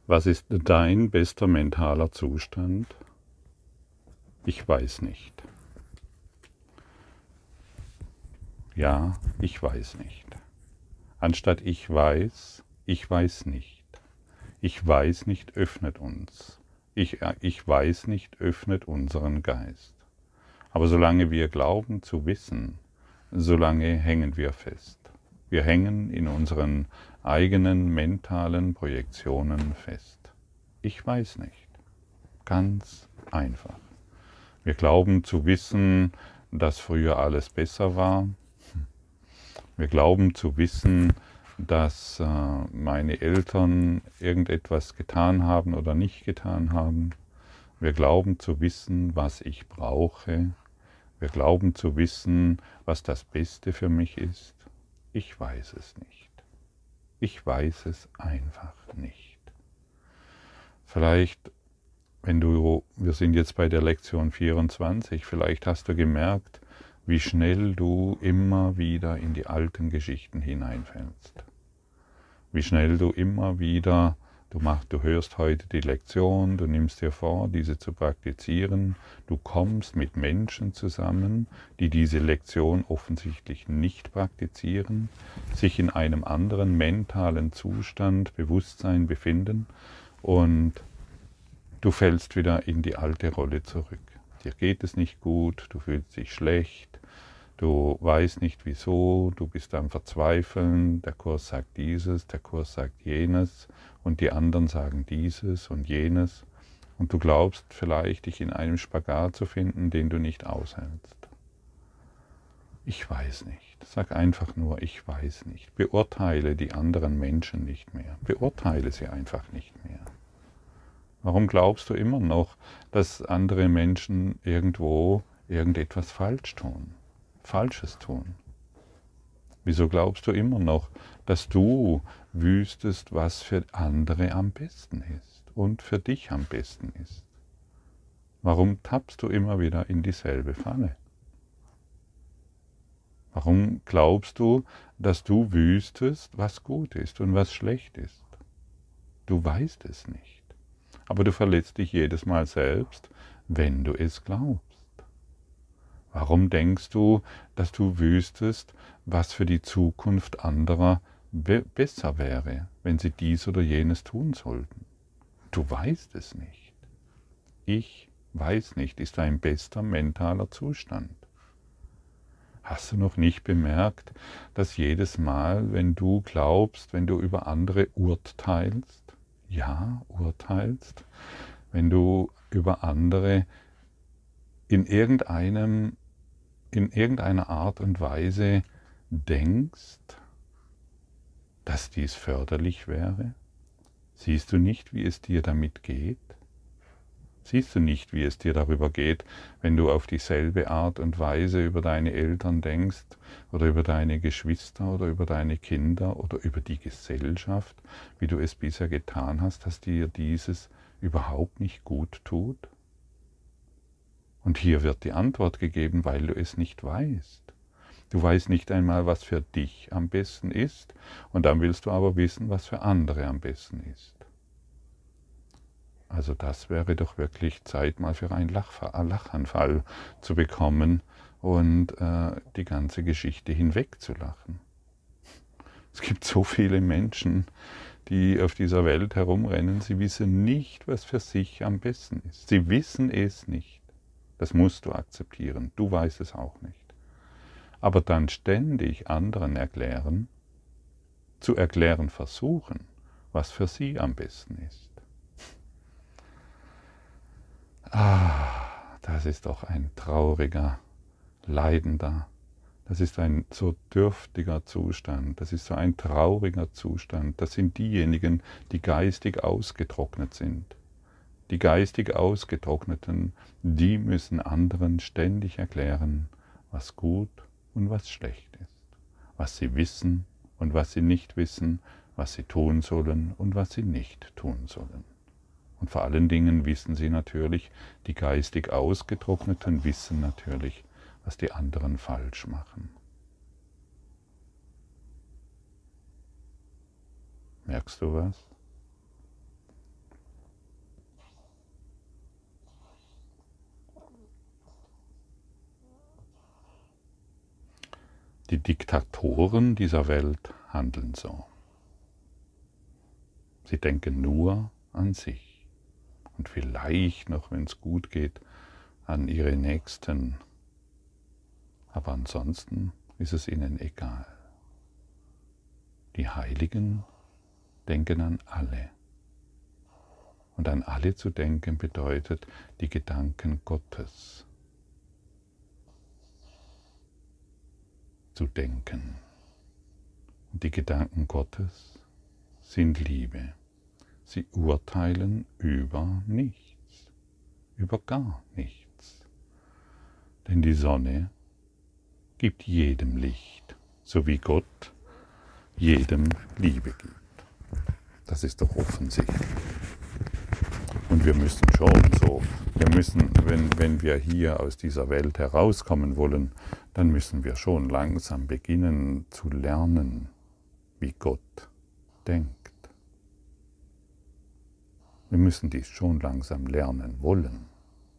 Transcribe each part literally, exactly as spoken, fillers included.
Was ist dein bester mentaler Zustand? Ich weiß nicht. Ja, ich weiß nicht. Anstatt ich weiß, ich weiß nicht. Ich weiß nicht öffnet uns. Ich, ich weiß nicht öffnet unseren Geist. Aber solange wir glauben zu wissen, solange hängen wir fest. Wir hängen in unseren eigenen mentalen Projektionen fest. Ich weiß nicht. Ganz einfach. Wir glauben zu wissen, dass früher alles besser war. Wir glauben zu wissen, dass äh, meine Eltern irgendetwas getan haben oder nicht getan haben. Wir glauben zu wissen, was ich brauche. Wir glauben zu wissen, was das Beste für mich ist. Ich weiß es nicht. Ich weiß es einfach nicht. Vielleicht, wenn du, wir sind jetzt bei der Lektion vierundzwanzig, vielleicht hast du gemerkt, wie schnell du immer wieder in die alten Geschichten hineinfällst. Wie schnell du immer wieder, du, machst, du hörst heute die Lektion, du nimmst dir vor, diese zu praktizieren, du kommst mit Menschen zusammen, die diese Lektion offensichtlich nicht praktizieren, sich in einem anderen mentalen Zustand, Bewusstsein befinden und du fällst wieder in die alte Rolle zurück. Dir geht es nicht gut, du fühlst dich schlecht, du weißt nicht wieso, du bist am Verzweifeln, der Kurs sagt dieses, der Kurs sagt jenes und die anderen sagen dieses und jenes und du glaubst vielleicht, dich in einem Spagat zu finden, den du nicht aushältst. Ich weiß nicht. Sag einfach nur, ich weiß nicht. Beurteile die anderen Menschen nicht mehr. Beurteile sie einfach nicht mehr. Warum glaubst du immer noch, dass andere Menschen irgendwo irgendetwas falsch tun, Falsches tun? Wieso glaubst du immer noch, dass du wüsstest, was für andere am besten ist und für dich am besten ist? Warum tappst du immer wieder in dieselbe Falle? Warum glaubst du, dass du wüsstest, was gut ist und was schlecht ist? Du weißt es nicht. Aber du verletzt dich jedes Mal selbst, wenn du es glaubst. Warum denkst du, dass du wüsstest, was für die Zukunft anderer be- besser wäre, wenn sie dies oder jenes tun sollten? Du weißt es nicht. Ich weiß nicht, ist ein bester mentaler Zustand. Hast du noch nicht bemerkt, dass jedes Mal, wenn du glaubst, wenn du über andere urteilst, ja, urteilst, wenn du über andere in irgendeinem, in irgendeiner Art und Weise denkst, dass dies förderlich wäre? Siehst du nicht, wie es dir damit geht? Siehst du nicht, wie es dir darüber geht, wenn du auf dieselbe Art und Weise über deine Eltern denkst oder über deine Geschwister oder über deine Kinder oder über die Gesellschaft, wie du es bisher getan hast, dass dir dieses überhaupt nicht gut tut? Und hier wird die Antwort gegeben, weil du es nicht weißt. Du weißt nicht einmal, was für dich am besten ist, und dann willst du aber wissen, was für andere am besten ist. Also das wäre doch wirklich Zeit, mal für einen Lachanfall zu bekommen und äh, die ganze Geschichte hinwegzulachen. Es gibt so viele Menschen, die auf dieser Welt herumrennen, sie wissen nicht, was für sich am besten ist. Sie wissen es nicht. Das musst du akzeptieren. Du weißt es auch nicht. Aber dann ständig anderen erklären, zu erklären versuchen, was für sie am besten ist. Ah, das ist doch ein trauriger, leidender, das ist ein so dürftiger Zustand, das ist so ein trauriger Zustand. Das sind diejenigen, die geistig ausgetrocknet sind. Die geistig Ausgetrockneten, die müssen anderen ständig erklären, was gut und was schlecht ist, was sie wissen und was sie nicht wissen, was sie tun sollen und was sie nicht tun sollen. Und vor allen Dingen wissen sie natürlich, die geistig Ausgetrockneten wissen natürlich, was die anderen falsch machen. Merkst du was? Die Diktatoren dieser Welt handeln so. Sie denken nur an sich und vielleicht noch, wenn es gut geht, an ihre Nächsten. Aber ansonsten ist es ihnen egal. Die Heiligen denken an alle. Und an alle zu denken bedeutet die Gedanken Gottes zu denken. Und die Gedanken Gottes sind Liebe. Sie urteilen über nichts, über gar nichts. Denn die Sonne gibt jedem Licht, so wie Gott jedem Liebe gibt. Das ist doch offensichtlich. Und wir müssen schon so, wir müssen, wenn, wenn wir hier aus dieser Welt herauskommen wollen, dann müssen wir schon langsam beginnen zu lernen, wie Gott denkt. Wir müssen dies schon langsam lernen wollen.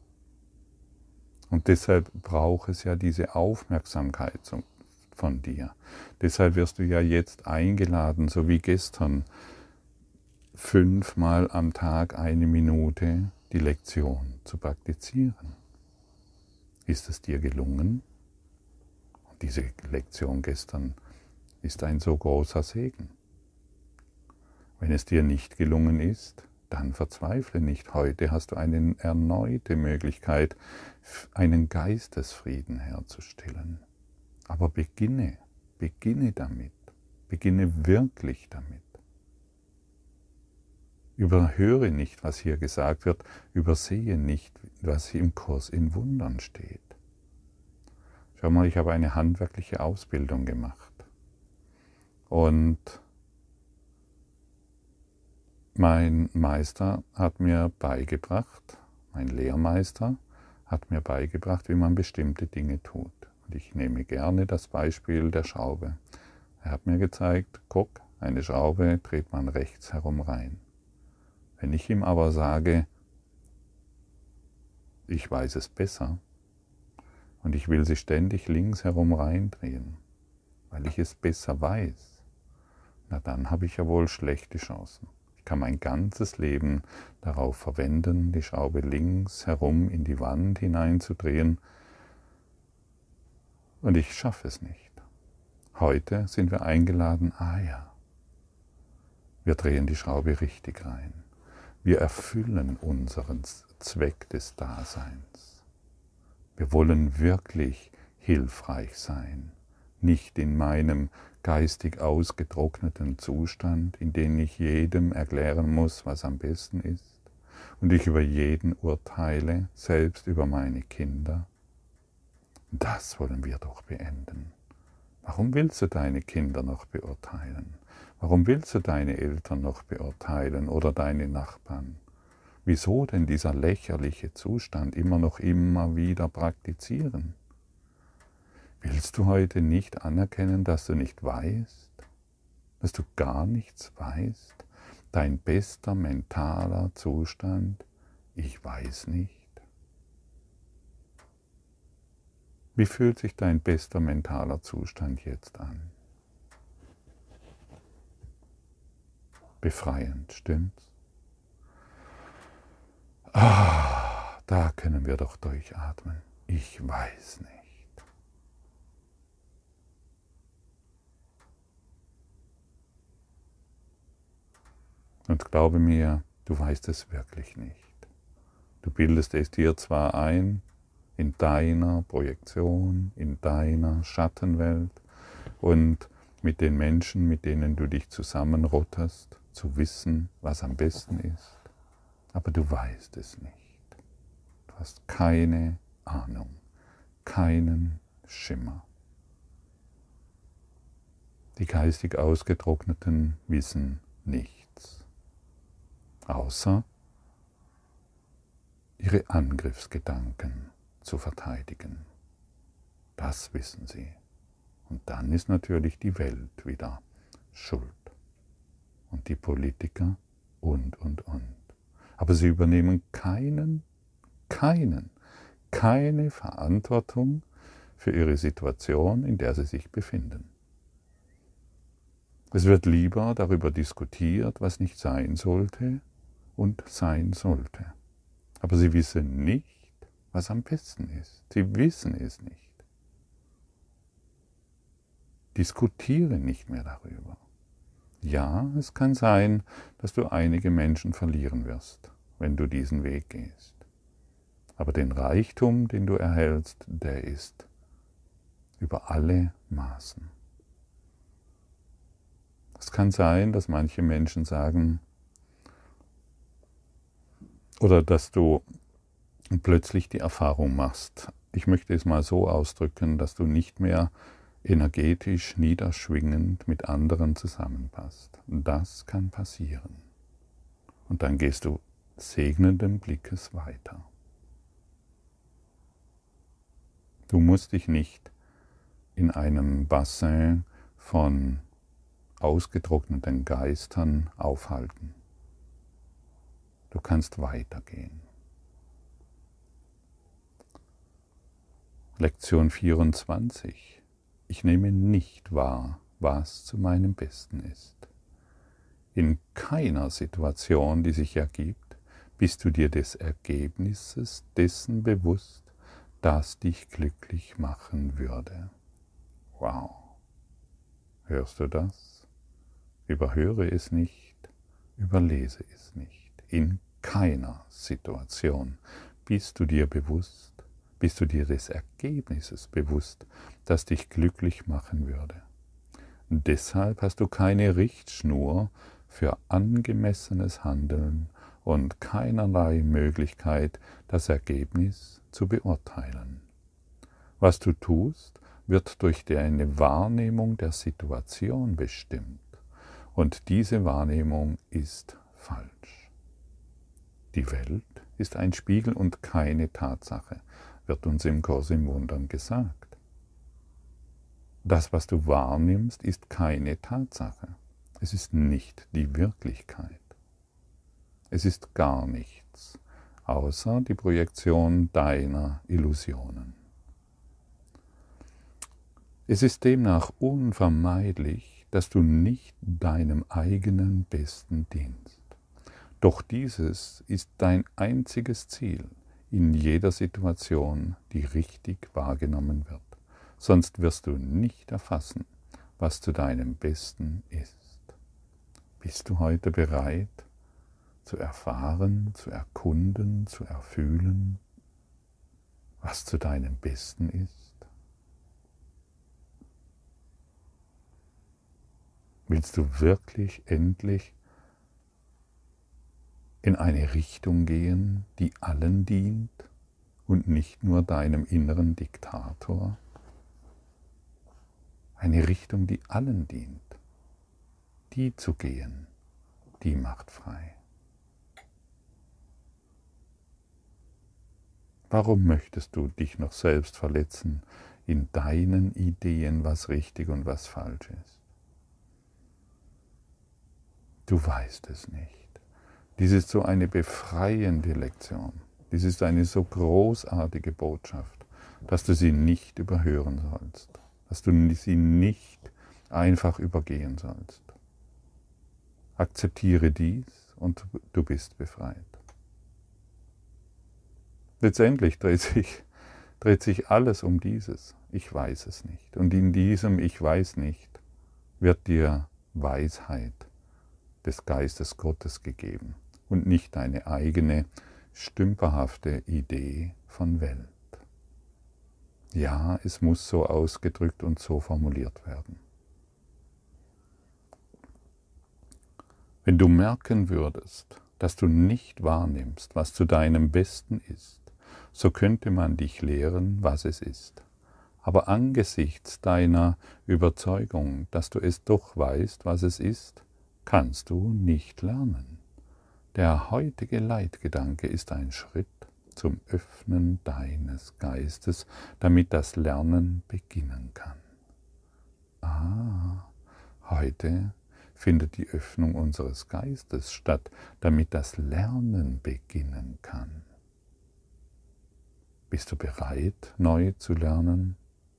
Und deshalb braucht es ja diese Aufmerksamkeit von dir. Deshalb wirst du ja jetzt eingeladen, so wie gestern, fünfmal am Tag eine Minute die Lektion zu praktizieren. Ist es dir gelungen? Und diese Lektion gestern ist ein so großer Segen. Wenn es dir nicht gelungen ist, dann verzweifle nicht. Heute hast du eine erneute Möglichkeit, einen Geistesfrieden herzustellen. Aber beginne, beginne damit. Beginne wirklich damit. Überhöre nicht, was hier gesagt wird, übersehe nicht, was im Kurs in Wundern steht. Schau mal, ich habe eine handwerkliche Ausbildung gemacht. Und mein Meister hat mir beigebracht, mein Lehrmeister hat mir beigebracht, wie man bestimmte Dinge tut. Und ich nehme gerne das Beispiel der Schraube. Er hat mir gezeigt, guck, eine Schraube dreht man rechts herum rein. Wenn ich ihm aber sage, ich weiß es besser und ich will sie ständig links herum reindrehen, weil ich es besser weiß, na dann habe ich ja wohl schlechte Chancen. Ich kann mein ganzes Leben darauf verwenden, die Schraube links herum in die Wand hineinzudrehen und ich schaffe es nicht. Heute sind wir eingeladen, ah ja, wir drehen die Schraube richtig rein. Wir erfüllen unseren Zweck des Daseins. Wir wollen wirklich hilfreich sein, nicht in meinem geistig ausgetrockneten Zustand, in dem ich jedem erklären muss, was am besten ist, und ich über jeden urteile, selbst über meine Kinder. Das wollen wir doch beenden. Warum willst du deine Kinder noch beurteilen? Warum willst du deine Eltern noch beurteilen oder deine Nachbarn? Wieso denn dieser lächerliche Zustand immer noch immer wieder praktizieren? Willst du heute nicht anerkennen, dass du nicht weißt, dass du gar nichts weißt? Dein bester mentaler Zustand, ich weiß nicht. Wie fühlt sich dein bester mentaler Zustand jetzt an? Befreiend, stimmt's? Ah, da können wir doch durchatmen. Ich weiß nicht. Und glaube mir, du weißt es wirklich nicht. Du bildest es dir zwar ein, in deiner Projektion, in deiner Schattenwelt und mit den Menschen, mit denen du dich zusammenrotterst, zu wissen, was am besten ist. Aber du weißt es nicht. Du hast keine Ahnung, keinen Schimmer. Die geistig Ausgetrockneten wissen nichts, außer ihre Angriffsgedanken zu verteidigen. Das wissen sie. Und dann ist natürlich die Welt wieder schuld. Und die Politiker und, und, und. Aber sie übernehmen keinen, keinen, keine Verantwortung für ihre Situation, in der sie sich befinden. Es wird lieber darüber diskutiert, was nicht sein sollte und sein sollte. Aber sie wissen nicht, was am besten ist. Sie wissen es nicht. Diskutiere nicht mehr darüber. Ja, es kann sein, dass du einige Menschen verlieren wirst, wenn du diesen Weg gehst. Aber den Reichtum, den du erhältst, der ist über alle Maßen. Es kann sein, dass manche Menschen sagen, oder dass du plötzlich die Erfahrung machst, ich möchte es mal so ausdrücken, dass du nicht mehr energetisch niederschwingend mit anderen zusammenpasst. Das kann passieren. Und dann gehst du segnenden Blickes weiter. Du musst dich nicht in einem Bassin von ausgetrockneten Geistern aufhalten. Du kannst weitergehen. Lektion vierundzwanzig. Ich nehme nicht wahr, was zu meinem Besten ist. In keiner Situation, die sich ergibt, bist du dir des Ergebnisses dessen bewusst, das dich glücklich machen würde. Wow. Hörst du das? Überhöre es nicht, überlese es nicht. In keiner Situation bist du dir bewusst, bist du dir des Ergebnisses bewusst, das dich glücklich machen würde. Und deshalb hast du keine Richtschnur für angemessenes Handeln und keinerlei Möglichkeit, das Ergebnis zu beurteilen. Was du tust, wird durch deine Wahrnehmung der Situation bestimmt. Und diese Wahrnehmung ist falsch. Die Welt ist ein Spiegel und keine Tatsache, wird uns im Kurs im Wundern gesagt. Das, was du wahrnimmst, ist keine Tatsache. Es ist nicht die Wirklichkeit. Es ist gar nichts, außer die Projektion deiner Illusionen. Es ist demnach unvermeidlich, dass du nicht deinem eigenen Besten dienst. Doch dieses ist dein einziges Ziel in jeder Situation, die richtig wahrgenommen wird. Sonst wirst du nicht erfassen, was zu deinem Besten ist. Bist du heute bereit, zu erfahren, zu erkunden, zu erfühlen, was zu deinem Besten ist? Willst du wirklich endlich in eine Richtung gehen, die allen dient und nicht nur deinem inneren Diktator? Eine Richtung, die allen dient. Die zu gehen, die macht frei. Warum möchtest du dich noch selbst verletzen in deinen Ideen, was richtig und was falsch ist? Du weißt es nicht. Dies ist so eine befreiende Lektion. Dies ist eine so großartige Botschaft, dass du sie nicht überhören sollst, dass du sie nicht einfach übergehen sollst. Akzeptiere dies und du bist befreit. Letztendlich dreht sich, dreht sich alles um dieses. Ich weiß es nicht. Und in diesem Ich weiß nicht wird dir Weisheit des Geistes Gottes gegeben und nicht deine eigene stümperhafte Idee von Welt. Ja, es muss so ausgedrückt und so formuliert werden. Wenn du merken würdest, dass du nicht wahrnimmst, was zu deinem Besten ist, so könnte man dich lehren, was es ist. Aber angesichts deiner Überzeugung, dass du es doch weißt, was es ist, kannst du nicht lernen. Der heutige Leitgedanke ist ein Schritt zum Öffnen deines Geistes, damit das Lernen beginnen kann. Ah, heute findet die Öffnung unseres Geistes statt, damit das Lernen beginnen kann. Bist du bereit, neu zu lernen?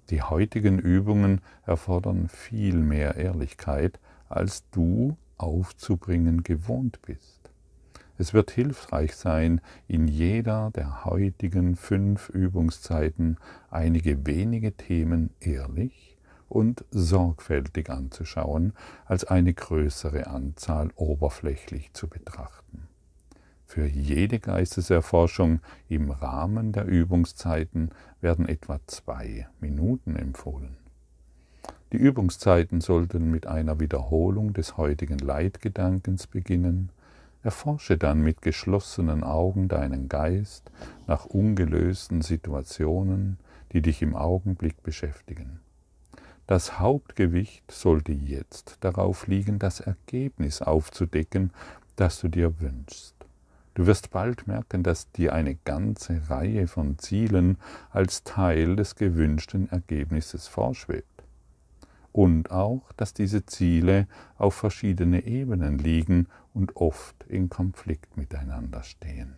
Die heutigen Übungen erfordern viel mehr Ehrlichkeit, als du aufzubringen gewohnt bist. Es wird hilfreich sein, in jeder der heutigen fünf Übungszeiten einige wenige Themen ehrlich und sorgfältig anzuschauen, als eine größere Anzahl oberflächlich zu betrachten. Für jede Geisteserforschung im Rahmen der Übungszeiten werden etwa zwei Minuten empfohlen. Die Übungszeiten sollten mit einer Wiederholung des heutigen Leitgedankens beginnen. Erforsche dann mit geschlossenen Augen deinen Geist nach ungelösten Situationen, die dich im Augenblick beschäftigen. Das Hauptgewicht sollte jetzt darauf liegen, das Ergebnis aufzudecken, das du dir wünschst. Du wirst bald merken, dass dir eine ganze Reihe von Zielen als Teil des gewünschten Ergebnisses vorschwebt. Und auch, dass diese Ziele auf verschiedene Ebenen liegen und oft in Konflikt miteinander stehen.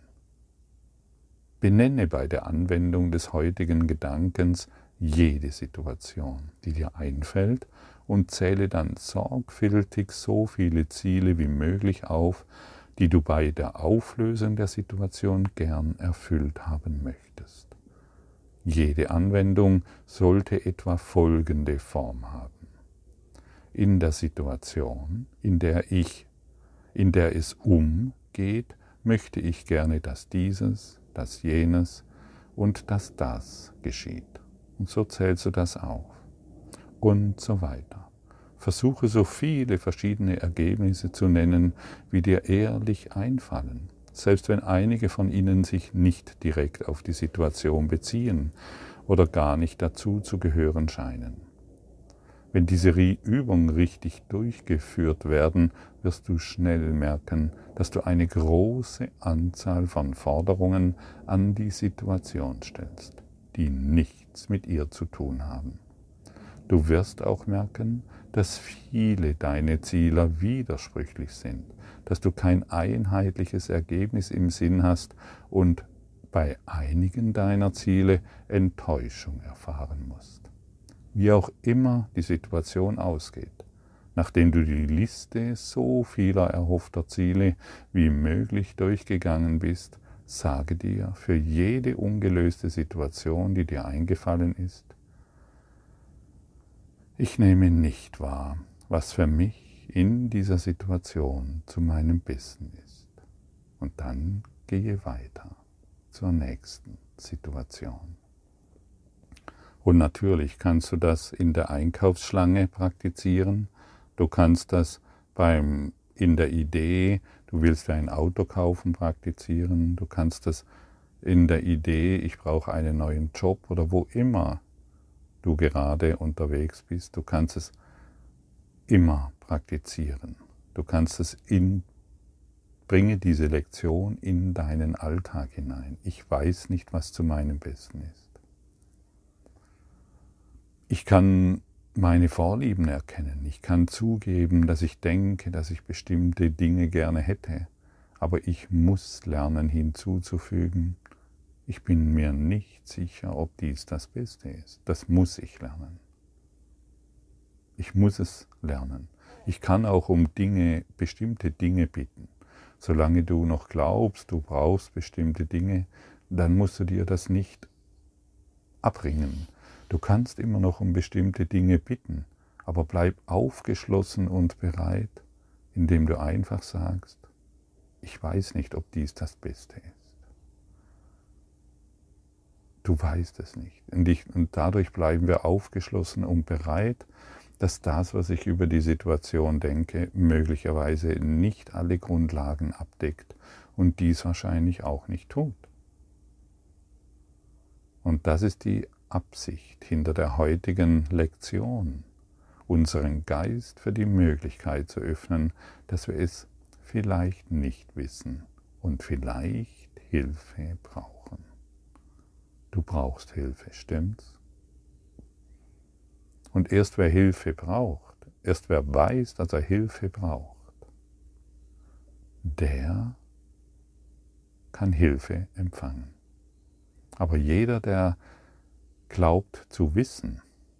Benenne bei der Anwendung des heutigen Gedankens jede Situation, die dir einfällt, und zähle dann sorgfältig so viele Ziele wie möglich auf, die du bei der Auflösung der Situation gern erfüllt haben möchtest. Jede Anwendung sollte etwa folgende Form haben. In der Situation, in der ich, in der es umgeht, möchte ich gerne, dass dieses, dass jenes und dass das geschieht. Und so zählst du das auf. Und so weiter. Versuche so viele verschiedene Ergebnisse zu nennen, wie dir ehrlich einfallen, selbst wenn einige von ihnen sich nicht direkt auf die Situation beziehen oder gar nicht dazu zu gehören scheinen. Wenn diese Übungen richtig durchgeführt werden, wirst du schnell merken, dass du eine große Anzahl von Forderungen an die Situation stellst, die nichts mit ihr zu tun haben. Du wirst auch merken, dass viele deine Ziele widersprüchlich sind, dass du kein einheitliches Ergebnis im Sinn hast und bei einigen deiner Ziele Enttäuschung erfahren musst. Wie auch immer die Situation ausgeht, nachdem du die Liste so vieler erhoffter Ziele wie möglich durchgegangen bist, sage dir für jede ungelöste Situation, die dir eingefallen ist: Ich nehme nicht wahr, was für mich in dieser Situation zu meinem Besten ist. Und dann gehe weiter zur nächsten Situation. Und natürlich kannst du das in der Einkaufsschlange praktizieren. Du kannst das beim, in der Idee, du willst ein Auto kaufen, praktizieren. Du kannst das in der Idee, ich brauche einen neuen Job oder wo immer du gerade unterwegs bist. Du kannst es immer praktizieren. Du kannst es in, bringe diese Lektion in deinen Alltag hinein. Ich weiß nicht, was zu meinem Besten ist. Ich kann meine Vorlieben erkennen. Ich kann zugeben, dass ich denke, dass ich bestimmte Dinge gerne hätte. Aber ich muss lernen hinzuzufügen, ich bin mir nicht sicher, ob dies das Beste ist. Das muss ich lernen. Ich muss es lernen. Ich kann auch um Dinge, bestimmte Dinge bitten. Solange du noch glaubst, du brauchst bestimmte Dinge, dann musst du dir das nicht abringen. Du kannst immer noch um bestimmte Dinge bitten, aber bleib aufgeschlossen und bereit, indem du einfach sagst, ich weiß nicht, ob dies das Beste ist. Du weißt es nicht. Und, ich, und dadurch bleiben wir aufgeschlossen und bereit, dass das, was ich über die Situation denke, möglicherweise nicht alle Grundlagen abdeckt und dies wahrscheinlich auch nicht tut. Und das ist die Absicht hinter der heutigen Lektion, unseren Geist für die Möglichkeit zu öffnen, dass wir es vielleicht nicht wissen und vielleicht Hilfe brauchen. Du brauchst Hilfe, stimmt's? Und erst wer Hilfe braucht, erst wer weiß, dass er Hilfe braucht, der kann Hilfe empfangen. Aber jeder, der glaubt zu wissen,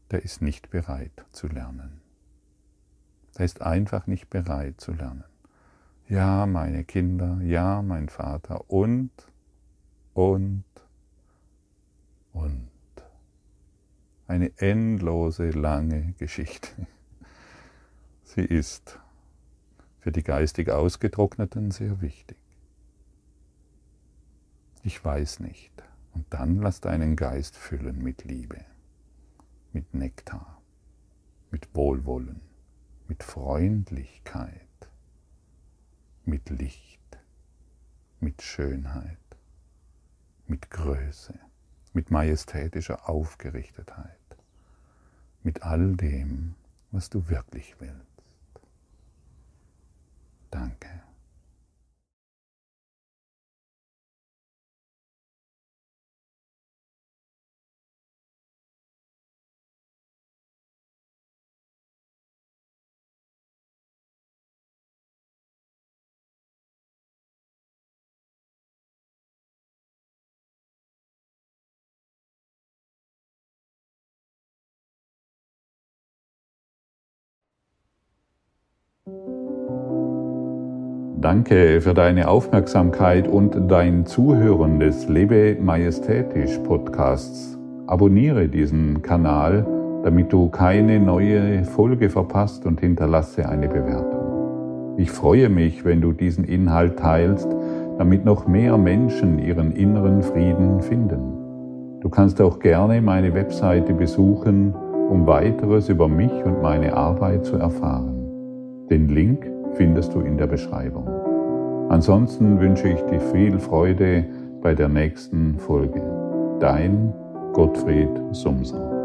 der ist nicht bereit zu lernen. Der ist einfach nicht bereit zu lernen. Ja, meine Kinder, ja, mein Vater und, und, und. Eine endlose, lange Geschichte. Sie ist für die geistig Ausgetrockneten sehr wichtig. Ich weiß nicht. Und dann lass deinen Geist füllen mit Liebe, mit Nektar, mit Wohlwollen, mit Freundlichkeit, mit Licht, mit Schönheit, mit Größe, mit majestätischer Aufgerichtetheit, mit all dem, was du wirklich willst. Danke. Danke für deine Aufmerksamkeit und dein Zuhören des Lebe Majestätisch Podcasts. Abonniere diesen Kanal, damit du keine neue Folge verpasst, und hinterlasse eine Bewertung. Ich freue mich, wenn du diesen Inhalt teilst, damit noch mehr Menschen ihren inneren Frieden finden. Du kannst auch gerne meine Webseite besuchen, um weiteres über mich und meine Arbeit zu erfahren. Den Link findest du in der Beschreibung. Ansonsten wünsche ich dir viel Freude bei der nächsten Folge. Dein Gottfried Sumser.